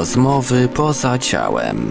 Rozmowy poza ciałem.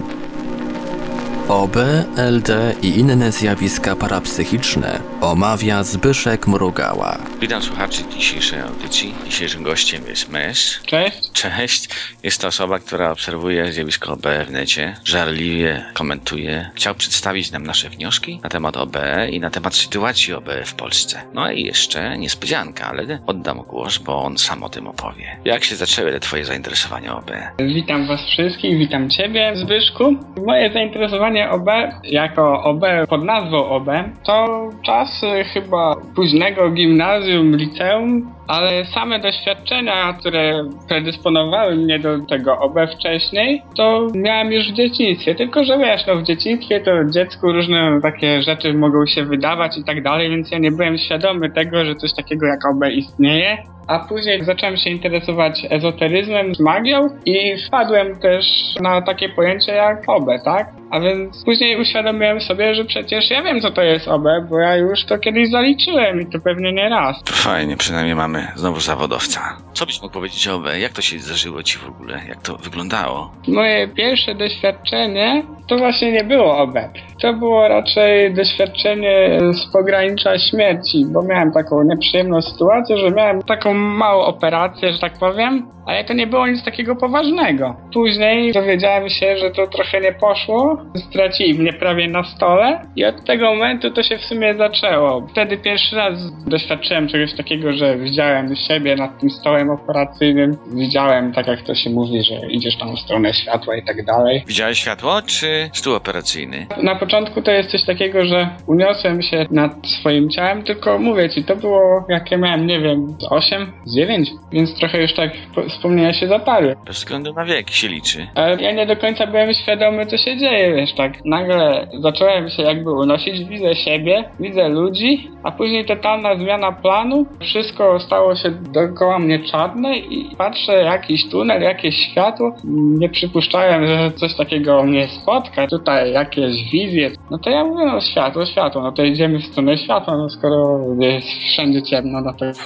OB, LD i inne zjawiska parapsychiczne omawia Zbyszek Mrugała. Witam słuchaczy dzisiejszej audycji. Dzisiejszym gościem jest Mes. Cześć. Cześć. Jest to osoba, która obserwuje zjawisko OB w necie, żarliwie komentuje. Chciał przedstawić nam nasze wnioski na temat OB i na temat sytuacji OB w Polsce. No i jeszcze niespodzianka, ale oddam głos, bo on sam o tym opowie. Jak się zaczęły te twoje zainteresowania OB? Witam was wszystkich, witam ciebie, Zbyszku. Moje zainteresowanie OB, jako OB pod nazwą OB, to czasy chyba późnego gimnazjum, liceum, ale same doświadczenia, które predysponowały mnie do tego OB wcześniej, to miałem już w dzieciństwie. Tylko że wiesz, w dzieciństwie to dziecku różne takie rzeczy mogą się wydawać i tak dalej, więc ja nie byłem świadomy tego, że coś takiego jak OB istnieje. A później zacząłem się interesować ezoteryzmem, magią i wpadłem też na takie pojęcie jak OB, tak? A więc później uświadomiłem sobie, że przecież ja wiem, co to jest OB, bo ja już to kiedyś zaliczyłem i to pewnie nie raz. Fajnie, przynajmniej mamy znowu zawodowca. Co byś mógł powiedzieć o OB? Jak to się zdarzyło ci w ogóle? Jak to wyglądało? Moje pierwsze doświadczenie to właśnie nie było OB. To było raczej doświadczenie z pogranicza śmierci, bo miałem taką nieprzyjemną sytuację, że miałem taką małą operację, że tak powiem, ale to nie było nic takiego poważnego. Później dowiedziałem się, że to trochę nie poszło, stracili mnie prawie na stole i od tego momentu to się w sumie zaczęło. Wtedy pierwszy raz doświadczyłem czegoś takiego, że widziałem siebie nad tym stołem operacyjnym. Widziałem, tak jak to się mówi, że idziesz tam w stronę światła i tak dalej. Widziałeś światło czy stół operacyjny? Na początku to jest coś takiego, że uniosłem się nad swoim ciałem, tylko mówię ci, to było jak ja miałem, nie wiem, 8, 9, więc trochę już tak wspomnienia się zaparły. Bez względu na wiek się liczy. Ale ja nie do końca byłem świadomy, co się dzieje, wiesz, tak. Nagle zacząłem się jakby unosić, widzę siebie, widzę ludzi, a później totalna zmiana planu. Wszystko stało się dookoła mnie czarne i patrzę, jakiś tunel, jakieś światło. Nie przypuszczałem, że coś takiego mnie spotka. Tutaj jakieś wizje. No to ja mówię, no światło, no to idziemy w stronę światła, no skoro jest wszędzie ciemno, no to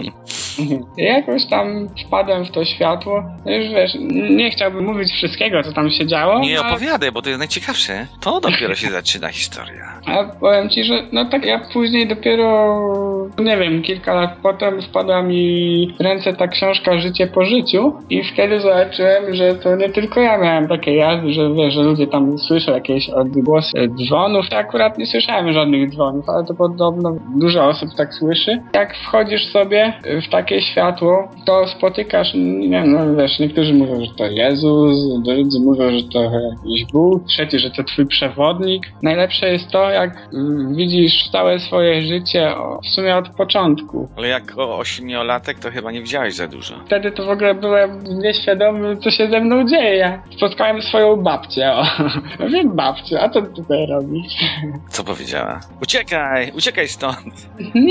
I jakoś tam wpadłem w to światło. No już wiesz, nie chciałbym mówić wszystkiego, co tam się działo. Nie opowiadaj, bo to jest najciekawsze. To dopiero się zaczyna historia. A powiem ci, że no tak ja później dopiero, nie wiem, kilka lat potem wpadła mi w ręce ta książka Życie po życiu i wtedy zobaczyłem, że to nie tylko ja miałem takie jazdy, że wiesz, że ludzie tam słyszą jakieś odgłosy dzwonów. Ja akurat nie słyszałem żadnych dzwonów, ale to podobno dużo osób tak słyszy. Jak wchodzisz sobie w takie światło, to spotykasz, nie wiem, no wiesz, niektórzy mówią, że to Jezus, drudzy mówią, że to jakiś Bóg, trzeci, że to twój przewodnik. Najlepsze jest to, jak widzisz całe swoje życie w sumie od początku. Ale jako 8-latek to chyba nie widziałeś za dużo. Wtedy to w ogóle byłem nieświadomy, co się ze mną dzieje. Spotkałem swoją babcię, Wiem, babciu, a co ty tutaj robisz? Co powiedziała? Uciekaj stąd!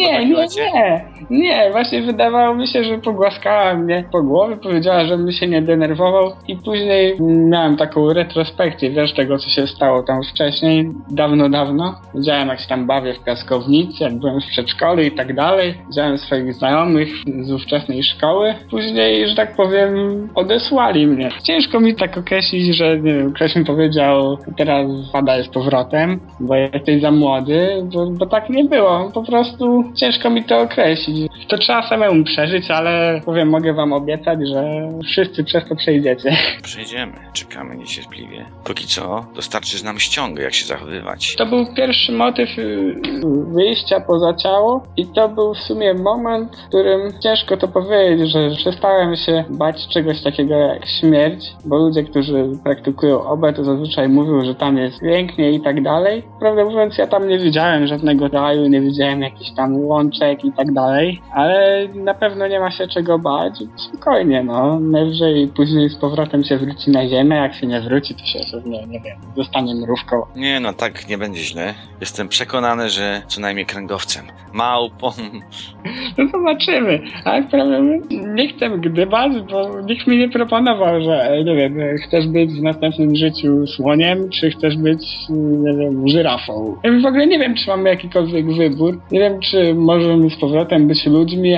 Nie, właśnie wydawało mi się, że pogłaskała mnie po głowie, powiedziała, żebym się nie denerwował i później miałem taką retrospekcję, wiesz, tego, co się stało tam wcześniej, dawno. Widziałem, jak się tam bawię w piaskownicy, jak byłem w przedszkolu i tak dalej. Widziałem swoich znajomych z ówczesnej szkoły. Później, że tak powiem, odesłali mnie. Ciężko mi tak określić, że nie wiem, ktoś mi powiedział, teraz wpadaj z powrotem, bo jesteś za młody, bo tak nie było. Po prostu ciężko mi to określić. To trzeba samemu przeżyć, ale powiem, mogę wam obiecać, że wszyscy przez to przejdziecie. Przejdziemy, czekamy niecierpliwie. Póki co, dostarczysz nam ściągę, jak się zachowywać. To był pierwszy motyw wyjścia poza ciało i to był w sumie moment, w którym ciężko to powiedzieć, że przestałem się bać czegoś takiego jak śmierć, bo ludzie, którzy praktykują OB, to zazwyczaj mówią, że tam jest pięknie i tak dalej. Prawdę mówiąc, ja tam nie widziałem żadnego raju, nie widziałem jakichś tam łączek i tak dalej, ale na pewno nie ma się czego bać. Spokojnie, no. Najwyżej później z powrotem się wróci na ziemię, jak się nie wróci, to się pewnie, nie wiem, zostanie mrówką. Nie no, tak nie będzie źle. Jestem przekonany, że co najmniej kręgowcem. Małpą. No zobaczymy. Ale prawda, nie chcę gdybać, bo nikt mi nie proponował, że nie wiem, chcesz być w następnym życiu słoniem, czy chcesz być, nie wiem, żyrafą. Ja w ogóle nie wiem, czy mamy jakikolwiek wybór. Nie wiem, czy możemy z powrotem być ludźmi, a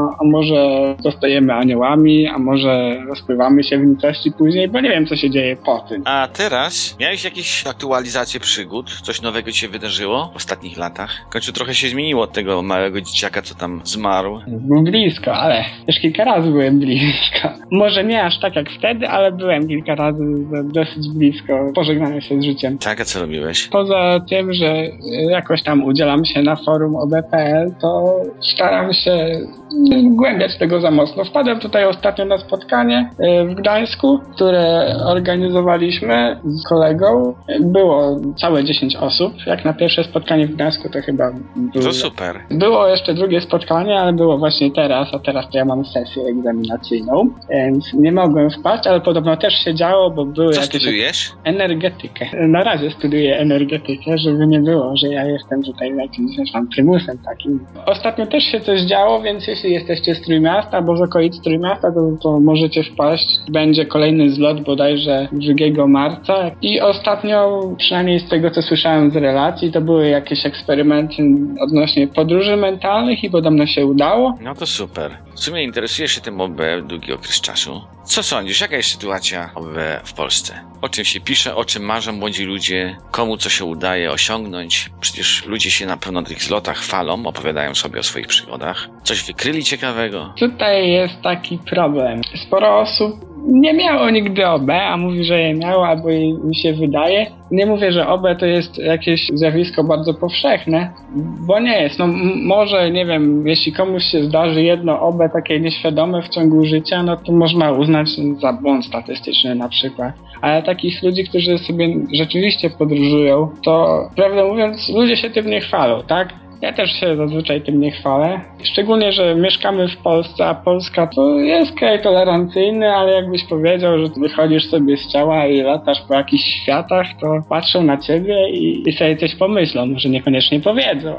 a może zostajemy aniołami, a może rozpływamy się w nicości później, bo nie wiem, co się dzieje po tym. A teraz miałeś jakieś aktualizacje przygód? Coś nowego ci się wydarzyło w ostatnich latach? W końcu trochę się zmieniło od tego małego dzieciaka, co tam zmarł. Był blisko, ale już kilka razy byłem blisko. Może nie aż tak jak wtedy, ale byłem kilka razy dosyć blisko pożegnania się z życiem. Tak, a co robiłeś? Poza tym, że jakoś tam udzielam się na forum OB.pl, to staram się nie głębiać tego za mocno. Wpadłem tutaj ostatnio na spotkanie w Gdańsku, które organizowaliśmy z kolegą. Było całe 10 osób. Jak na pierwsze spotkanie w Gdańsku to chyba było. To super. Było jeszcze drugie spotkanie, ale było właśnie teraz, a teraz to ja mam sesję egzaminacyjną, więc nie mogłem wpaść, ale podobno też się działo, bo były Co jakieś... studiujesz? Energetykę. Na razie studiuję energetykę, żeby nie było, że ja jestem tutaj jakimś tam prymusem takim. Ostatnio też się coś działo, więc jeśli jesteście z Trójmiasta albo z okolic Trójmiasta, to możecie wpaść. Będzie kolejny zlot bodajże 2 marca. I ostatnio, przynajmniej z tego co słyszałem z relacji, to były jakieś eksperymenty odnośnie podróży mentalnych i podobno się udało. No to super. W sumie interesujesz się tym OB długi okres czasu. Co sądzisz? Jaka jest sytuacja OB w Polsce? O czym się pisze, o czym marzą młodzi ludzie, komu co się udaje osiągnąć? Przecież ludzie się na pewno na tych zlotach chwalą, opowiadają sobie o swoich przygodach. Coś wykryli ciekawego? Tutaj jest taki problem. Sporo osób nie miało nigdy OB, a mówi, że je miało, albo mi się wydaje. Nie mówię, że OB to jest jakieś zjawisko bardzo powszechne, bo nie jest. No może, nie wiem, jeśli komuś się zdarzy jedno OB takie nieświadome w ciągu życia, no to można uznać za błąd statystyczny na przykład. Ale takich ludzi, którzy sobie rzeczywiście podróżują, to prawdę mówiąc, ludzie się tym nie chwalą, tak? Ja też się zazwyczaj tym nie chwalę. Szczególnie, że mieszkamy w Polsce, a Polska to jest kraj tolerancyjny, ale jakbyś powiedział, że wychodzisz sobie z ciała i latasz po jakichś światach, to patrzą na ciebie i sobie coś pomyślą, może niekoniecznie powiedzą.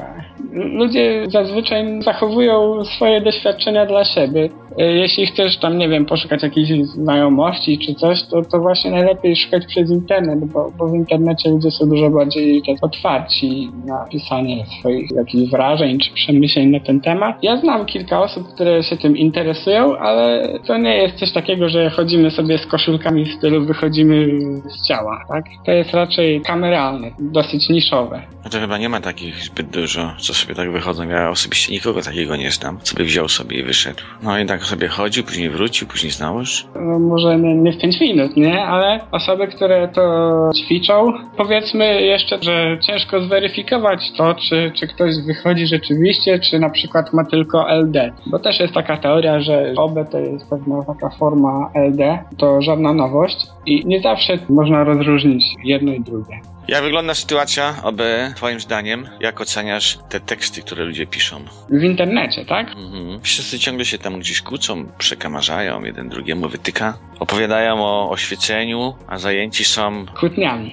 Ludzie zazwyczaj zachowują swoje doświadczenia dla siebie. Jeśli chcesz tam, nie wiem, poszukać jakiejś znajomości czy coś, to właśnie najlepiej szukać przez internet, bo w internecie ludzie są dużo bardziej otwarci na pisanie swoich jakichś wrażeń czy przemyśleń na ten temat. Ja znam kilka osób, które się tym interesują, ale to nie jest coś takiego, że chodzimy sobie z koszulkami w stylu wychodzimy z ciała, tak? To jest raczej kameralne, dosyć niszowe. No to chyba nie ma takich zbyt dużo, co sobie tak wychodzą. Ja osobiście nikogo takiego nie znam, co by wziął sobie i wyszedł. No i tak sobie chodził, później wrócił, później znałeś. No, może nie w 5 minut, nie? Ale osoby, które to ćwiczą, powiedzmy jeszcze, że ciężko zweryfikować to, czy ktoś wychodzi rzeczywiście, czy na przykład ma tylko LD. Bo też jest taka teoria, że OB to jest pewna taka forma LD, to żadna nowość i nie zawsze można rozróżnić jedno i drugie. Jak wygląda sytuacja OB twoim zdaniem? Jak oceniasz te teksty, które ludzie piszą? W internecie, tak? Wszyscy ciągle się tam gdzieś kłócą, przekamarzają, jeden drugiemu wytyka. Opowiadają o oświeceniu, a zajęci są... Kłótniami.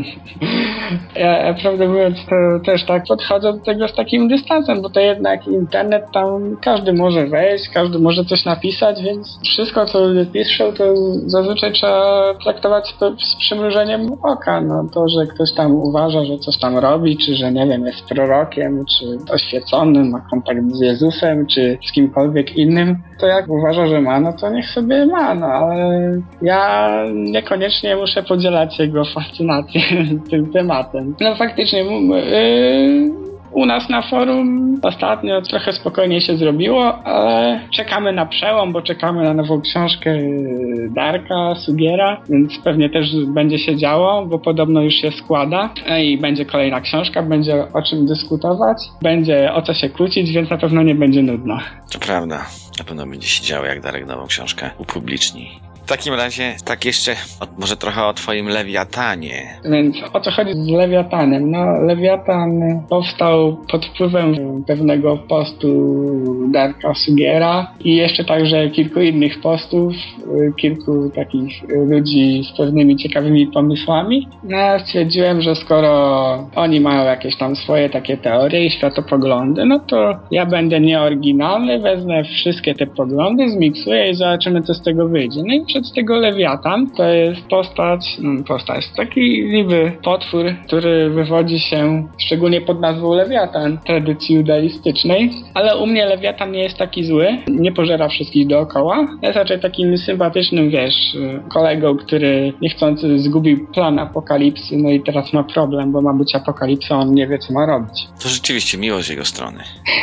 Ja prawdę mówiąc, to też tak podchodzę do tego z takim dystansem, bo to jednak internet, tam każdy może wejść, każdy może coś napisać, więc wszystko, co ludzie piszą, to zazwyczaj trzeba traktować to z przymrużeniem oka. No to, że ktoś tam uważa, że coś tam robi, czy że nie wiem, jest prorokiem, czy oświeconym, ma kontakt z Jezusem, czy z kimkolwiek innym, to jak uważa, że ma, no to niech sobie ma, no ale ja niekoniecznie muszę podzielać jego fascynację tym tematem. No faktycznie u nas na forum ostatnio trochę spokojniej się zrobiło, ale czekamy na przełom, bo czekamy na nową książkę Darka Sugiera, więc pewnie też będzie się działo, bo podobno już się składa i będzie kolejna książka, będzie o czym dyskutować, będzie o co się kłócić, więc na pewno nie będzie nudno. To prawda, na pewno będzie się działo, jak Darek nową książkę upubliczni. W takim razie, tak jeszcze może trochę o twoim Lewiatanie. Więc o co chodzi z Lewiatanem? No, Lewiatan powstał pod wpływem pewnego postu Darka Sugiera i jeszcze także kilku innych postów, kilku takich ludzi z pewnymi ciekawymi pomysłami. No, ja stwierdziłem, że skoro oni mają jakieś tam swoje takie teorie i światopoglądy, no to ja będę nieoryginalny, wezmę wszystkie te poglądy, zmiksuję i zobaczymy, co z tego wyjdzie. No i przed tego Lewiatan. To jest postać, taki niby potwór, który wywodzi się szczególnie pod nazwą Lewiatan tradycji judaistycznej, ale u mnie Lewiatan nie jest taki zły, nie pożera wszystkich dookoła. Jest raczej takim sympatycznym, kolegą, który niechcący zgubił plan apokalipsy, no i teraz ma problem, bo ma być apokalipsa, on nie wie, co ma robić. To rzeczywiście miło z jego strony.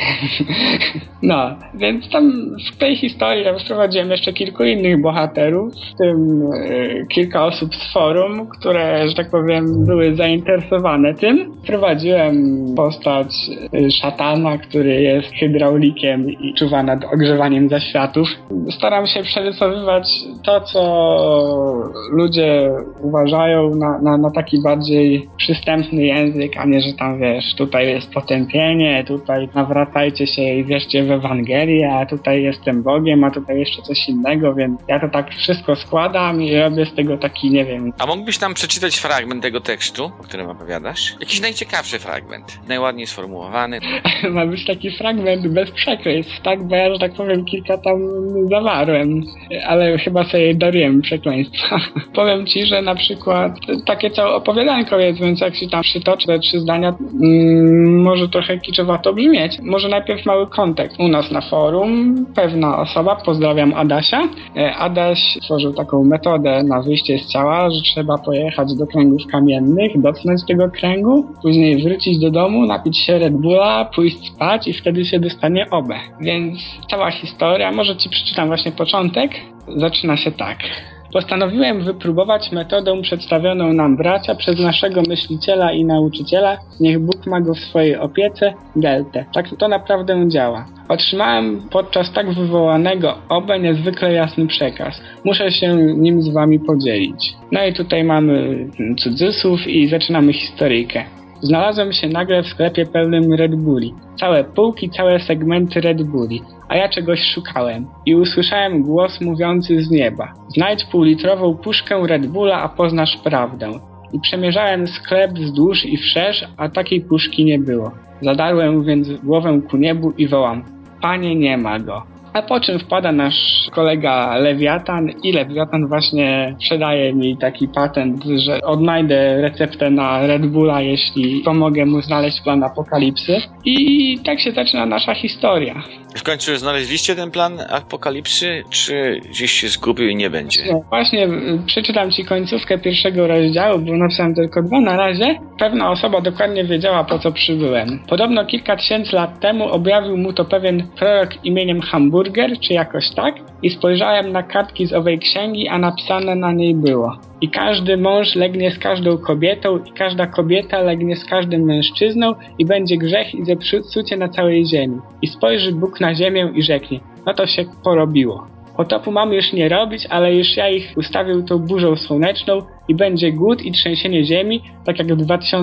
No, więc tam w tej historii wprowadziłem jeszcze kilku innych bohaterów, w tym kilka osób z forum, które, że tak powiem, były zainteresowane tym. Wprowadziłem postać szatana, który jest hydraulikiem i czuwa nad ogrzewaniem zaświatów. Staram się przerysowywać to, co ludzie uważają na taki bardziej przystępny język, a nie, że tam tutaj jest potępienie, tutaj nawracajcie się i wierzcie w Ewangelię, a tutaj jestem Bogiem, a tutaj jeszcze coś innego, więc ja to tak wszystko składam i robię z tego taki, nie wiem. A mógłbyś nam przeczytać fragment tego tekstu, o którym opowiadasz? Jakiś najciekawszy fragment, najładniej sformułowany. Ma być taki fragment bez przekleństw, tak? Bo ja, że tak powiem, kilka tam zawarłem, ale chyba sobie daruję przekleństwa. Powiem ci, że na przykład takie całe opowiadanko jest, więc jak się tam przytoczę te 3 zdania, może trochę kiczowato brzmieć. Może najpierw mały kontekst. U nas na forum pewna osoba, pozdrawiam Adasia. Adaś stworzył taką metodę na wyjście z ciała, że trzeba pojechać do kręgów kamiennych, dotknąć tego kręgu, później wrócić do domu, napić się Red Bulla, pójść spać i wtedy się dostanie OB. Więc cała historia, może ci przeczytam właśnie początek, zaczyna się tak. Postanowiłem wypróbować metodę przedstawioną nam bracia przez naszego myśliciela i nauczyciela, niech Bóg ma go w swojej opiece, Geltę. Tak to naprawdę działa. Otrzymałem podczas tak wywołanego OB niezwykle jasny przekaz. Muszę się nim z wami podzielić. No i tutaj mamy cudzysłów i zaczynamy historyjkę. Znalazłem się nagle w sklepie pełnym Red Bulli. Całe półki, całe segmenty Red Bulli. A ja czegoś szukałem. I usłyszałem głos mówiący z nieba. Znajdź półlitrową puszkę Red Bulla, a poznasz prawdę. I przemierzałem sklep wzdłuż i wszerz, a takiej puszki nie było. Zadarłem więc głowę ku niebu i wołam. Panie, nie ma go. A po czym wpada nasz kolega Lewiatan i Lewiatan właśnie sprzedaje mi taki patent, że odnajdę receptę na Red Bulla, jeśli pomogę mu znaleźć plan apokalipsy. I tak się zaczyna nasza historia. W końcu znaleźliście ten plan apokalipsy, czy gdzieś się zgubił i nie będzie? Właśnie przeczytam ci końcówkę pierwszego rozdziału, bo napisałem tylko 2 na razie. Pewna osoba dokładnie wiedziała, po co przybyłem. Podobno kilka tysięcy lat temu objawił mu to pewien prorok imieniem Hamburger, czy jakoś tak, i spojrzałem na kartki z owej księgi, a napisane na niej było: i każdy mąż legnie z każdą kobietą, i każda kobieta legnie z każdym mężczyzną, i będzie grzech i zepsucie na całej ziemi. I spojrzy Bóg na ziemię i rzeknie: no to się porobiło. Potopu mam już nie robić, ale już ja ich ustawił tą burzą słoneczną i będzie głód i trzęsienie ziemi, tak jak w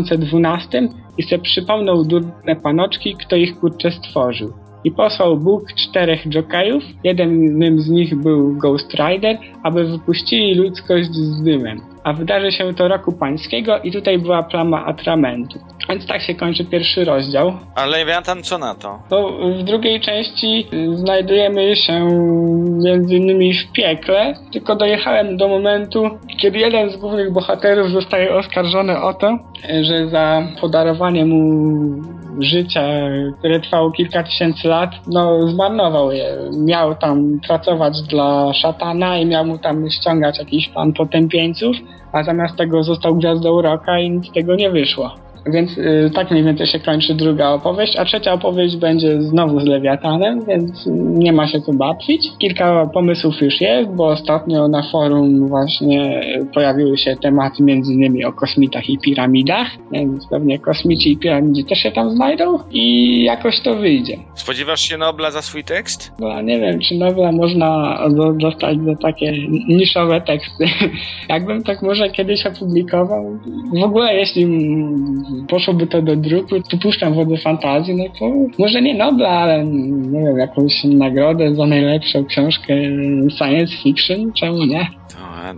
2012, i se przypomną durne panoczki, kto ich kurczę stworzył. I posłał Bóg 4 dżokejów, jednym z nich był Ghost Rider, aby wypuścili ludzkość z dymem. A wydarzy się to roku pańskiego i tutaj była plama atramentu. Więc tak się kończy pierwszy rozdział. A Lewiatan co na to? No, w drugiej części znajdujemy się między innymi w piekle, tylko dojechałem do momentu, kiedy jeden z głównych bohaterów zostaje oskarżony o to, że za podarowanie mu życia, które trwało kilka tysięcy lat, zmarnował je. Miał tam pracować dla szatana i miał mu tam ściągać jakiś plan potępieńców, a zamiast tego został gwiazdą rocka i nic z tego nie wyszło. Więc tak mniej więcej się kończy druga opowieść, a trzecia opowieść będzie znowu z Lewiatanem, więc nie ma się co martwić. Kilka pomysłów już jest, bo ostatnio na forum właśnie pojawiły się tematy m.in. o kosmitach i piramidach, więc pewnie kosmici i piramidy też się tam znajdą i jakoś to wyjdzie. Spodziewasz się Nobla za swój tekst? No nie wiem, czy Nobla można dostać za takie niszowe teksty. Jakbym tak może kiedyś opublikował, w ogóle jeśli poszłoby to do druku, to puszczam Wodze Fantazji, no to może nie Nobla, ale nie wiem, jakąś nagrodę za najlepszą książkę science fiction, czemu nie? To ładnie.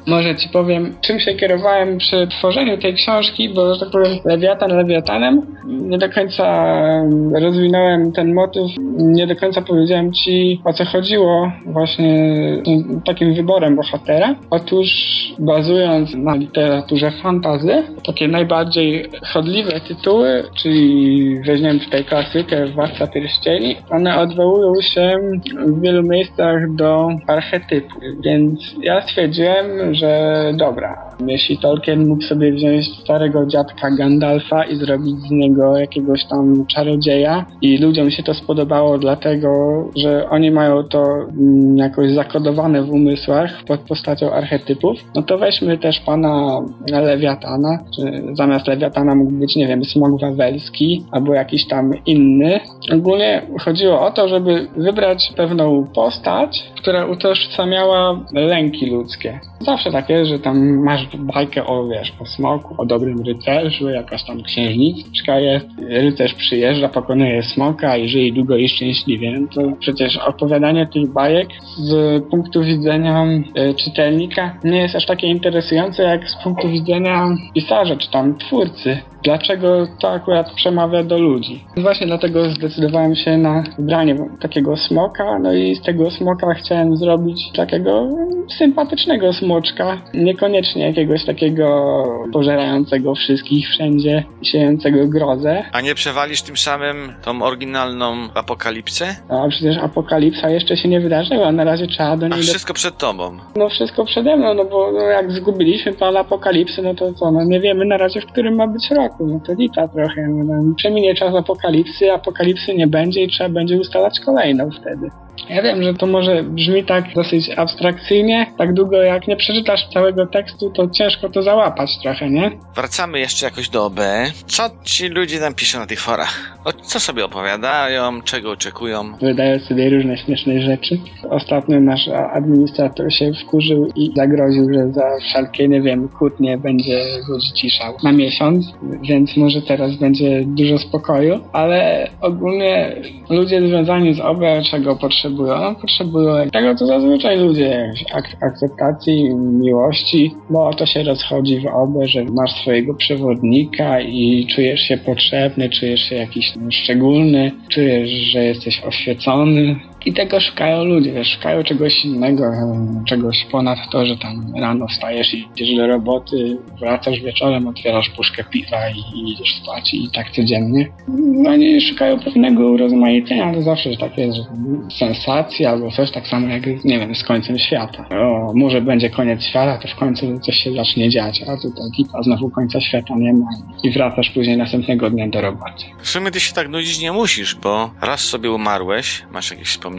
Może ci powiem, czym się kierowałem przy tworzeniu tej książki, bo, że tak powiem, Lewiatanem. Nie do końca rozwinąłem ten motyw, nie do końca powiedziałem ci, o co chodziło właśnie takim wyborem bohatera. Otóż bazując na literaturze fantasy, takie najbardziej chodliwe tytuły, czyli weźmiemy tutaj klasykę Władca Pierścieni, one odwołują się w wielu miejscach do archetypu, więc ja stwierdziłem, że dobra, jeśli Tolkien mógł sobie wziąć starego dziadka Gandalfa i zrobić z niego jakiegoś tam czarodzieja i ludziom się to spodobało dlatego, że oni mają to jakoś zakodowane w umysłach pod postacią archetypów, no to weźmy też pana Lewiatana, czy zamiast Lewiatana mógł być, nie wiem, smok wawelski albo jakiś tam inny. Ogólnie chodziło o to, żeby wybrać pewną postać, która utożsamiała lęki ludzkie. Zawsze takie, że tam masz bajkę o, wiesz, o smoku, o dobrym rycerzu, jakaś tam księżniczka jest, rycerz przyjeżdża, pokonuje smoka i żyje długo i szczęśliwie. No to przecież opowiadanie tych bajek z punktu widzenia czytelnika nie jest aż takie interesujące jak z punktu widzenia pisarza czy tam twórcy. Dlaczego to akurat przemawia do ludzi? Właśnie dlatego zdecydowałem się na wybranie takiego smoka, no i z tego smoka chciałem zrobić takiego sympatycznego smoczka, niekoniecznie jakiegoś takiego pożerającego wszystkich wszędzie, siejącego grozę. A nie przewalisz tym samym tą oryginalną apokalipsę? A przecież apokalipsa jeszcze się nie wydarzyła, na razie trzeba do A niej... wszystko przed tobą. No wszystko przede mną, no bo jak zgubiliśmy plan apokalipsy, no to co, no nie wiemy na razie, w którym ma być roku. No to lipa trochę. No, przeminie czas apokalipsy nie będzie i trzeba będzie ustalać kolejną wtedy. Ja wiem, że to może brzmi tak dosyć abstrakcyjnie, tak długo jak nie przeczytasz całego tekstu, to ciężko to załapać trochę, nie? Wracamy jeszcze jakoś do OB. Co ci ludzie tam piszą na tych forach? Co sobie opowiadają, czego oczekują? Wydają sobie różne śmieszne rzeczy. Ostatnio nasz administrator się wkurzył i zagroził, że za wszelkie, nie wiem, kłótnie będzie go ściszał na miesiąc, więc może teraz będzie dużo spokoju, ale ogólnie ludzie związani z OB czego potrzebują? No, potrzebują tego, co zazwyczaj ludzie, akceptacji, miłości, bo o to się rozchodzi w OB, że masz swojego przewodnika i czujesz się potrzebny, czujesz się jakiś szczególny, czujesz, że jesteś oświecony. I tego szukają ludzie, wiesz, szukają czegoś innego, czegoś ponad to, że tam rano wstajesz i idziesz do roboty, wracasz wieczorem, otwierasz puszkę piwa i idziesz spać i tak codziennie. No oni szukają pewnego urozmaicenia, to zawsze takie jest, że sensacja albo coś, tak samo jak, nie wiem, z końcem świata. O, może będzie koniec świata, to w końcu coś się zacznie dziać, a tutaj gipa, znowu końca świata nie ma i wracasz później następnego dnia do roboty. W sumie ty się tak nudzić nie musisz, bo raz sobie umarłeś, masz jakieś wspomnienia,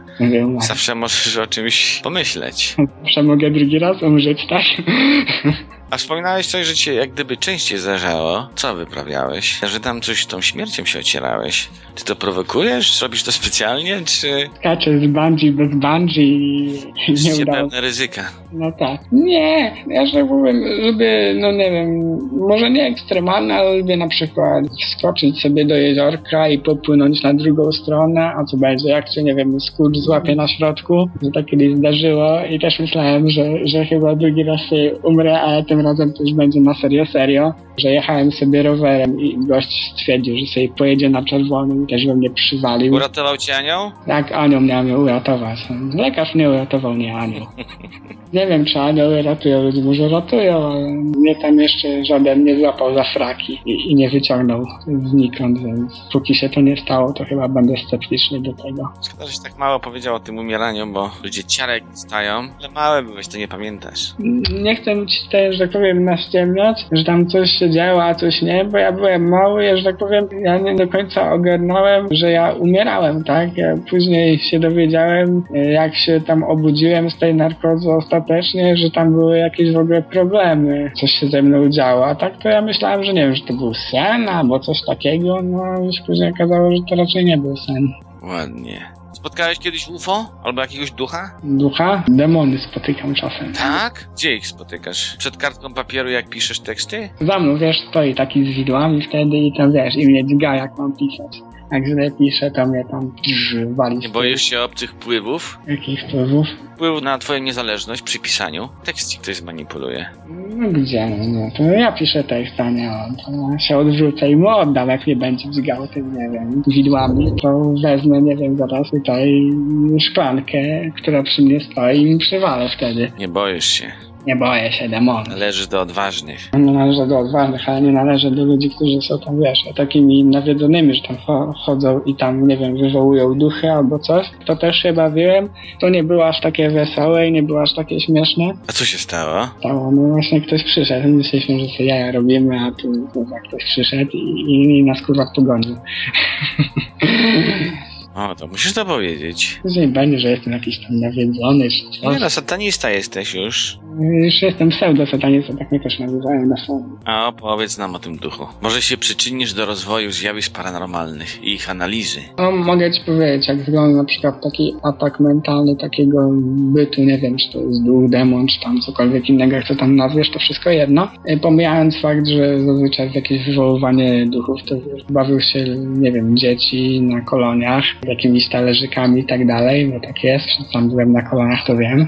zawsze możesz o czymś pomyśleć. Zawsze mogę drugi raz umrzeć, tak? A wspominałeś coś, że cię jak gdyby częściej zdarzało. Co wyprawiałeś? Że tam coś tą śmiercią się ocierałeś. Ty to prowokujesz? Robisz to specjalnie, czy... Skaczę z bungee bez bungee i nie udało. Pewne ryzyka. No tak. Nie, ja że powiem, lubię, no nie wiem, może nie ekstremalne, ale lubię na przykład wskoczyć sobie do jeziorka i popłynąć na drugą stronę, a co będzie, jak cię, nie wiem, skurcz złapie na środku, że tak kiedyś zdarzyło i też myślałem, że chyba drugi raz sobie umrę, ale tym razem to już będzie na serio, że jechałem sobie rowerem i gość stwierdził, że sobie pojedzie na czerwonym i też we mnie przywalił. Uratował cię anioł? Tak, anioł miał mnie uratować. Lekarz mnie uratował, nie anioł. Nie wiem, czy anioły ratują, ludzi może ratują, ale mnie tam jeszcze żaden nie złapał za fraki i nie wyciągnął znikąd, więc póki się to nie stało, to chyba będę sceptyczny do tego. Szkoda, żeś tak mało powiedział o tym umieraniu, bo ludzie ciarek stają, ale małe byłeś, to nie pamiętasz. Nie chcę ci też, że tak powiem, naściemniać, że tam coś się działo, a coś nie, bo ja byłem mały, że tak powiem, ja nie do końca ogarnąłem, że ja umierałem, tak? Ja później się dowiedziałem, jak się tam obudziłem z tej narkozy ostatecznie, że tam były jakieś w ogóle problemy, coś się ze mną działo, a tak to ja myślałem, że nie wiem, że to był sen albo coś takiego, no już później okazało, że to raczej nie był sen. Ładnie. Spotkałeś kiedyś UFO? Albo jakiegoś ducha? Ducha? Demony spotykam czasem. Tak? Gdzie ich spotykasz? Przed kartką papieru, jak piszesz teksty? Za mną, wiesz, stoi taki z widłami wtedy i tam, wiesz, i mnie dźga, jak mam pisać. Jak źle piszę, to mnie tam wali. Nie boisz się obcych wpływów? Jakich wpływów? Wpływ na twoją niezależność przy pisaniu? Tekst ci ktoś zmanipuluje. No gdzie? No to ja piszę tekst, a nie on. To ja się odrzucę i mu oddam, jak mnie będzie dźgał tym, nie wiem, widłami. To wezmę, nie wiem, zaraz tutaj szklankę, która przy mnie stoi i mi przywalę wtedy. Nie boisz się. Nie boję się demonów. Należysz do odważnych. Nie należę do odważnych, ale nie należę do ludzi, którzy są tam, wiesz, takimi nawiedzonymi, że tam chodzą i tam, nie wiem, wywołują duchy albo coś. To też się bawiłem. To nie było aż takie wesołe i nie było aż takie śmieszne. A co się stało? No właśnie ktoś przyszedł. Myśleliśmy, że sobie jaja robimy, a tu kurwa ktoś przyszedł i nas kurwa pogonił. O, to musisz to powiedzieć. Później będzie, że jestem jakiś tam nawiedzony czy coś. Nie no, satanista jesteś już. Już jestem pseudo-satanistą, tak mnie też nazywają na forum. A opowiedz nam o tym duchu. Może się przyczynisz do rozwoju zjawisk paranormalnych i ich analizy. No, mogę ci powiedzieć, jak wygląda na przykład taki atak mentalny takiego bytu, nie wiem, czy to jest duch, demon, czy tam cokolwiek innego, jak to tam nazwiesz, to wszystko jedno. Pomijając fakt, że zazwyczaj w jakieś wywoływanie duchów to bawią się, nie wiem, dzieci na koloniach, jakimiś talerzykami i tak dalej, bo tak jest, sam byłem na koloniach, to wiem.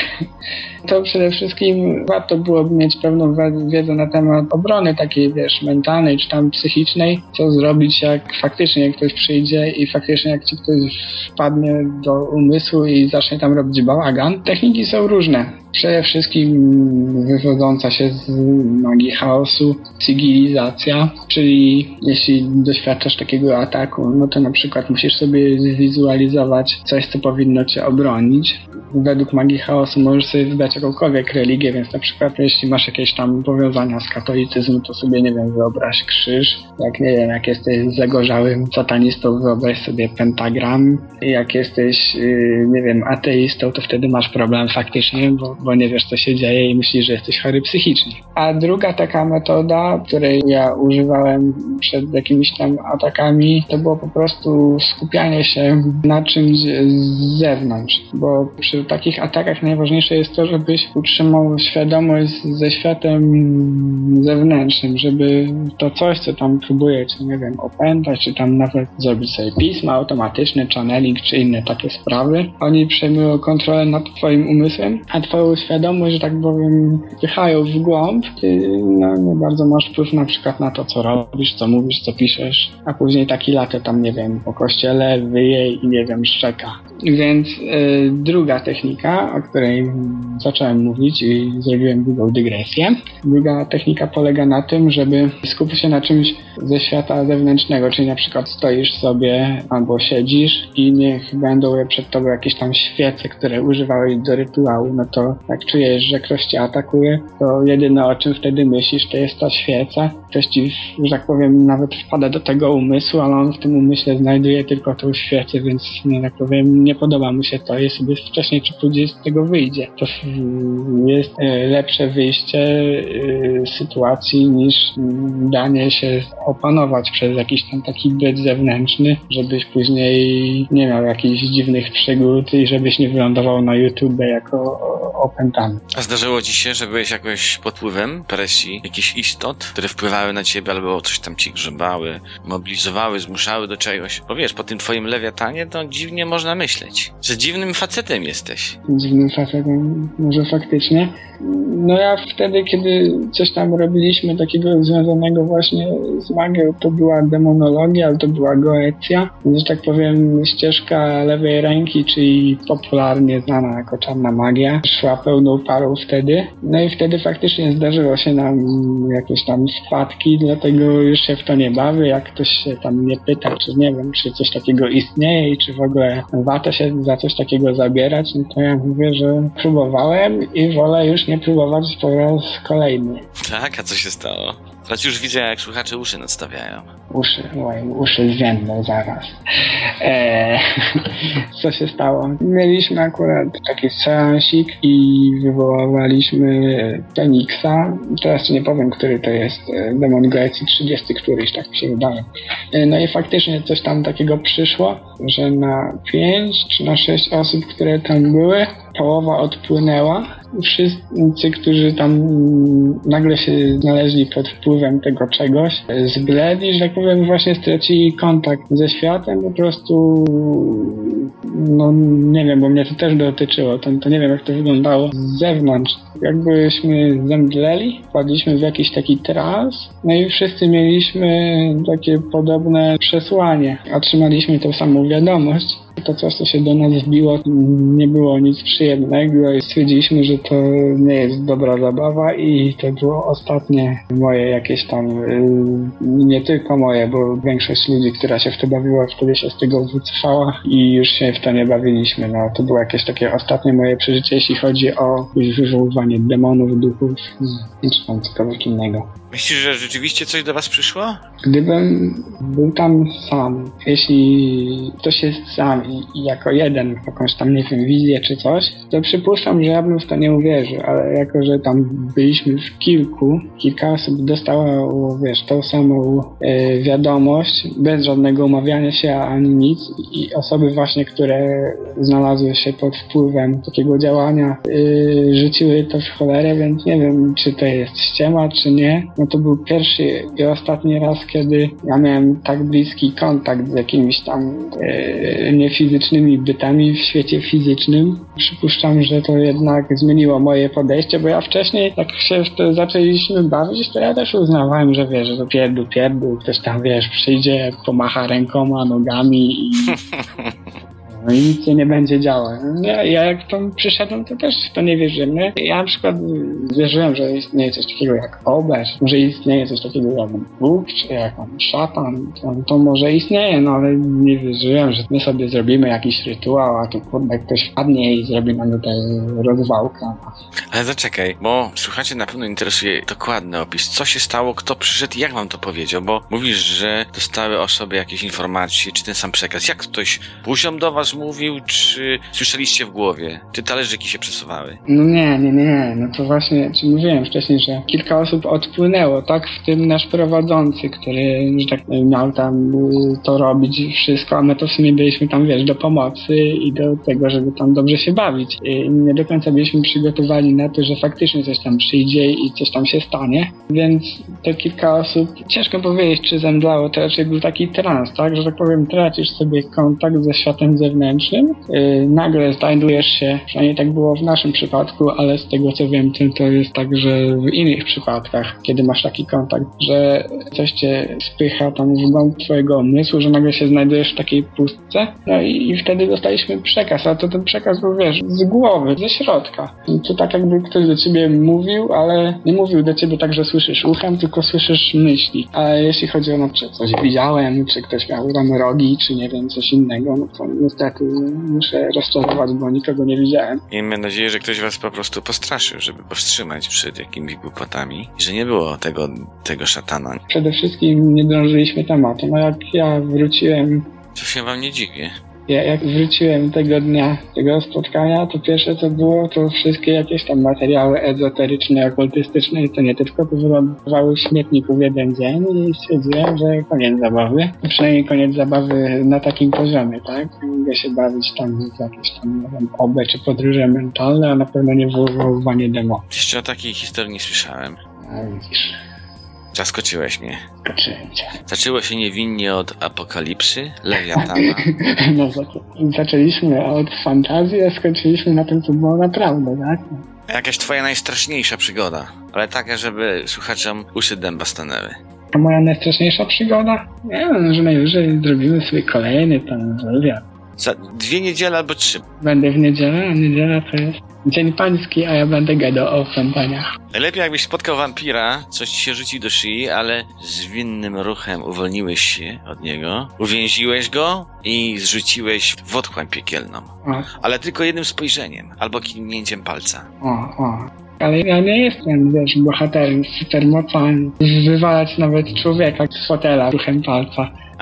To przede wszystkim warto byłoby mieć pewną wiedzę na temat obrony takiej, wiesz, mentalnej czy tam psychicznej, co zrobić, jak faktycznie ktoś przyjdzie i faktycznie jak ci ktoś wpadnie do umysłu i zacznie tam robić bałagan. Techniki są różne. Przede wszystkim wywodząca się z magii chaosu cywilizacja, czyli jeśli doświadczasz takiego ataku, no to na przykład musisz sobie zwizualizować coś, co powinno cię obronić. Według magii chaosu możesz sobie wybrać jakąkolwiek religię, więc na przykład jeśli masz jakieś tam powiązania z katolicyzmem, to sobie, nie wiem, wyobraź krzyż. Jak, nie wiem, jak jesteś zagorzałym satanistą, wyobraź sobie pentagram. Jak jesteś, nie wiem, ateistą, to wtedy masz problem faktycznie, bo nie wiesz, co się dzieje i myślisz, że jesteś chory psychicznie. A druga taka metoda, której ja używałem przed jakimiś tam atakami, to było po prostu skupianie się na czymś z zewnątrz, bo przy takich atakach najważniejsze jest to, żebyś utrzymał świadomość ze światem zewnętrznym, żeby to coś, co tam próbujecie, nie wiem, opętać, czy tam nawet zrobić sobie pisma automatyczne, channeling, czy inne takie sprawy, oni przejmują kontrolę nad twoim umysłem, a twoją świadomość, że tak powiem, wpychają w głąb, ty no, nie bardzo masz wpływ na przykład na to, co robisz, co mówisz, co piszesz, a później taki latę tam, nie wiem, po kościele wyje i, nie wiem, szczeka. Więc druga technika, o której zacząłem mówić i zrobiłem długą dygresję. Druga technika polega na tym, żeby skupić się na czymś ze świata zewnętrznego, czyli na przykład stoisz sobie albo siedzisz i niech będą przed tobą jakieś tam świece, które używałeś do rytuału, no to jak czujesz, że ktoś cię atakuje, to jedyne o czym wtedy myślisz, to jest ta świeca. Ktoś ci, że tak powiem, nawet wpada do tego umysłu, ale on w tym umyśle znajduje tylko tą świecę, więc, no tak powiem, nie podoba mu się to i sobie wcześniej czy później z tego wyjdzie. To jest lepsze wyjście z sytuacji niż danie się opanować przez jakiś tam taki byt zewnętrzny, żebyś później nie miał jakichś dziwnych przygód i żebyś nie wylądował na YouTube jako opętany. A zdarzyło ci się, że byłeś jakoś pod wpływem presji jakichś istot, które wpływały na ciebie albo coś tam ci grzebały, mobilizowały, zmuszały do czegoś? Bo wiesz, po tym twoim lewiatanie to dziwnie można myśleć, że dziwnym facetem jesteś. Dziwnym facetem, może faktycznie. No ja wtedy, kiedy coś tam robiliśmy takiego związanego właśnie z magią, to była demonologia, ale to była goecja, że tak powiem ścieżka lewej ręki, czyli popularnie znana jako czarna magia, szła pełną parą wtedy. No i wtedy faktycznie zdarzyło się nam jakieś tam wpadki, dlatego już się w to nie bawię. Jak ktoś się tam nie pyta, czy nie wiem, czy coś takiego istnieje i czy w ogóle warto się za coś takiego zabierać, no to ja mówię, że próbowałem i wolę już nie próbować po raz kolejny. Tak? A co się stało? Teraz już widzę, jak słuchacze uszy nadstawiają. Uszy zwiędną zaraz. Co się stało? Mieliśmy akurat taki seansik i wywoływaliśmy Feniksa. Teraz ci nie powiem, który to jest demon Goecji, 30 któryś, tak mi się wydaje. No i faktycznie coś tam takiego przyszło, że na 5 czy na 6 osób, które tam były, połowa odpłynęła. Wszyscy, którzy tam nagle się znaleźli pod wpływem tego czegoś, zbledli, że tak powiem, właśnie stracili kontakt ze światem, po prostu no nie wiem, bo mnie to też dotyczyło, to nie wiem jak to wyglądało z zewnątrz. Jakbyśmy zemdleli, wpadliśmy w jakiś taki trans, no i wszyscy mieliśmy takie podobne przesłanie, otrzymaliśmy tą samą wiadomość. To coś, co się do nas wbiło, nie było nic przyjemnego i stwierdziliśmy, że to nie jest dobra zabawa i to było ostatnie moje jakieś tam, nie tylko moje, bo większość ludzi, która się w to bawiła, wtedy się z tego wycofała i już się w to nie bawiliśmy. No, to było jakieś takie ostatnie moje przeżycie, jeśli chodzi o wywoływanie demonów, duchów, czy tam cokolwiek innego. Myślisz, że rzeczywiście coś do was przyszło? Gdybym był tam sam, jeśli ktoś jest sam i jako jeden, jakąś tam, nie wiem, wizję czy coś, to przypuszczam, że ja bym w to nie uwierzył, ale jako, że tam byliśmy w kilka osób dostało, wiesz, tą samą wiadomość, bez żadnego umawiania się ani nic i osoby właśnie, które znalazły się pod wpływem takiego działania, rzuciły to w cholerę, więc nie wiem, czy to jest ściema, czy nie. No to był pierwszy i ostatni raz, kiedy ja miałem tak bliski kontakt z jakimiś tam niefizycznymi bytami w świecie fizycznym. Przypuszczam, że to jednak zmieniło moje podejście, bo ja wcześniej, jak się w to zaczęliśmy bawić, to ja też uznawałem, że wiesz, że to pierdół, ktoś tam, wiesz, przyjdzie, pomacha rękoma, nogami i no i nic się nie będzie działo. Ja jak tam przyszedłem, to też w to nie wierzymy. Ja na przykład wierzyłem, że istnieje coś takiego jak oberz, może istnieje coś takiego jak Bóg, czy jak szatan, to może istnieje, no ale nie wierzyłem, że my sobie zrobimy jakiś rytuał, a tu kurde ktoś wpadnie i zrobi nam tutaj rozwałkę. Ale zaczekaj, bo słuchacie, na pewno interesuje dokładny opis. Co się stało, kto przyszedł i jak wam to powiedział? Bo mówisz, że dostały osoby jakieś informacje, czy ten sam przekaz. Jak ktoś buzią do was mówił, czy słyszeliście w głowie? Czy talerzyki się przesuwały? No nie. No to właśnie, czy mówiłem wcześniej, że kilka osób odpłynęło, tak? W tym nasz prowadzący, który, że tak miał tam to robić wszystko, a my to w sumie byliśmy tam, wiesz, do pomocy i do tego, żeby tam dobrze się bawić. I nie do końca byliśmy przygotowani na to, że faktycznie coś tam przyjdzie i coś tam się stanie. Więc te kilka osób, ciężko powiedzieć, czy zemdlało, to raczej był taki trans, tak? Że tak powiem, tracisz sobie kontakt ze światem zewnętrznym, nagle znajdujesz się, przynajmniej tak było w naszym przypadku, ale z tego co wiem, to jest tak, że w innych przypadkach, kiedy masz taki kontakt, że coś cię spycha tam w głąb twojego umysłu, że nagle się znajdujesz w takiej pustce, no i wtedy dostaliśmy przekaz, a to ten przekaz był, wiesz, z głowy, ze środka. I to tak jakby ktoś do ciebie mówił, ale nie mówił do ciebie tak, że słyszysz uchem, tylko słyszysz myśli. A jeśli chodzi o no, czy coś widziałem, czy ktoś miał tam rogi, czy nie wiem, coś innego, no to niestety muszę rozczarować, bo nikogo nie widziałem. Miejmy nadzieję, że ktoś was po prostu postraszył, żeby powstrzymać przed jakimiś głupotami i że nie było tego szatana. Przede wszystkim nie drążyliśmy tematu. No jak ja wróciłem... To się wam nie dziwię. Jak wróciłem tego dnia, tego spotkania, to pierwsze co było, to wszystkie jakieś tam materiały ezoteryczne, okultystyczne i to nie tylko wylądowały w śmietniku w jeden dzień i stwierdziłem, że koniec zabawy. Przynajmniej koniec zabawy na takim poziomie, tak? Mogę się bawić tam w jakieś tam, nie wiem, obe czy podróże mentalne, a na pewno nie wywoływanie demo. Jeszcze o takiej historii nie słyszałem. A widzisz. Zaskoczyłeś mnie. Zaskoczyłem cię. Zaczęło się niewinnie od apokalipsy, lewiatana. No zaczęliśmy od fantazji, a skończyliśmy na tym, co było naprawdę, tak? Jakaś twoja najstraszniejsza przygoda, ale taka, żeby słuchaczom uszy dęba stanęły. A moja najstraszniejsza przygoda? Nie wiem, że najwyżej zrobimy sobie kolejny tam wywiad. Za 2 niedziele albo 3. Będę w niedzielę, a niedziela to jest Dzień Pański, a ja będę gadał o opętaniach. Najlepiej jakbyś spotkał wampira, coś ci się rzuci do szyi, ale zwinnym ruchem uwolniłeś się od niego, uwięziłeś go i zrzuciłeś w otchłań piekielną. O. Ale tylko jednym spojrzeniem albo kiwnięciem palca. O. Ale ja nie jestem, wiesz, bohaterem z supermocami. Wywalać nawet człowieka z fotela ruchem palca.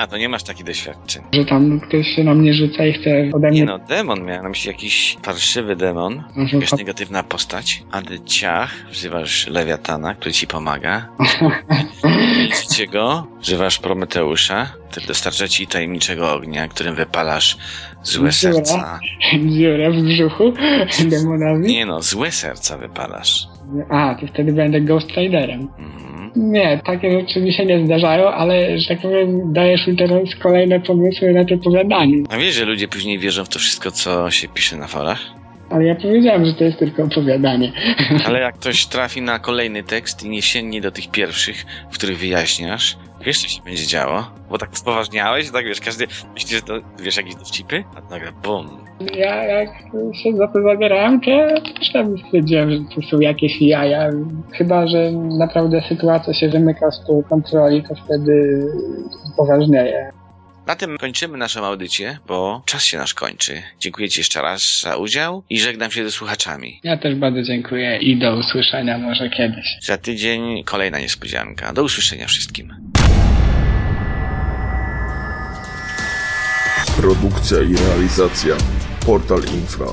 A to nie masz takich doświadczeń. Że tam ktoś się na mnie rzuca i chce ode mnie... Nie no, demon miał na myśli jakiś farszywy demon, Może jakaś negatywna postać, a ty ciach, wzywasz lewiatana, który ci pomaga. Widzicie go, wzywasz Prometeusza, który dostarcza ci tajemniczego ognia, którym wypalasz złe serca. dziurę w brzuchu demonowi. Nie no, złe serca wypalasz. A, to wtedy będę Ghost Riderem. Mhm. Nie, takie rzeczy mi się nie zdarzają, ale, że tak powiem, dajesz mi teraz kolejne pomysły na to opowiadanie. A wiesz, że ludzie później wierzą w to wszystko, co się pisze na forach? Ale ja powiedziałem, że to jest tylko opowiadanie. Ale jak ktoś trafi na kolejny tekst i nie sięgnie do tych pierwszych, w których wyjaśniasz, wiesz, co się będzie działo? Bo tak spoważniałeś, tak wiesz, każdy myśli, że to, wiesz, jakieś dowcipy, a nagle bum. Ja jak się za to zabierałem, to ja też tam stwierdziłem, że to są jakieś jaja. Chyba, że naprawdę sytuacja się wymyka z tej kontroli, to wtedy poważnieje. Na tym kończymy naszą audycję, bo czas się nasz kończy. Dziękuję ci jeszcze raz za udział i żegnam się ze słuchaczami. Ja też bardzo dziękuję i do usłyszenia może kiedyś. Za tydzień kolejna niespodzianka. Do usłyszenia wszystkim. Produkcja i realizacja Portal Infra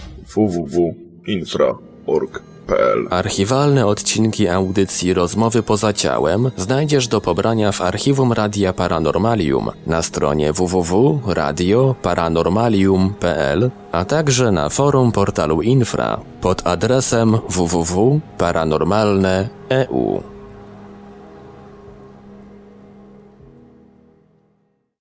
www.infra.org.pl. Archiwalne odcinki audycji Rozmowy poza ciałem znajdziesz do pobrania w archiwum Radia Paranormalium na stronie www.radioparanormalium.pl, a także na forum portalu Infra pod adresem www.paranormalne.eu.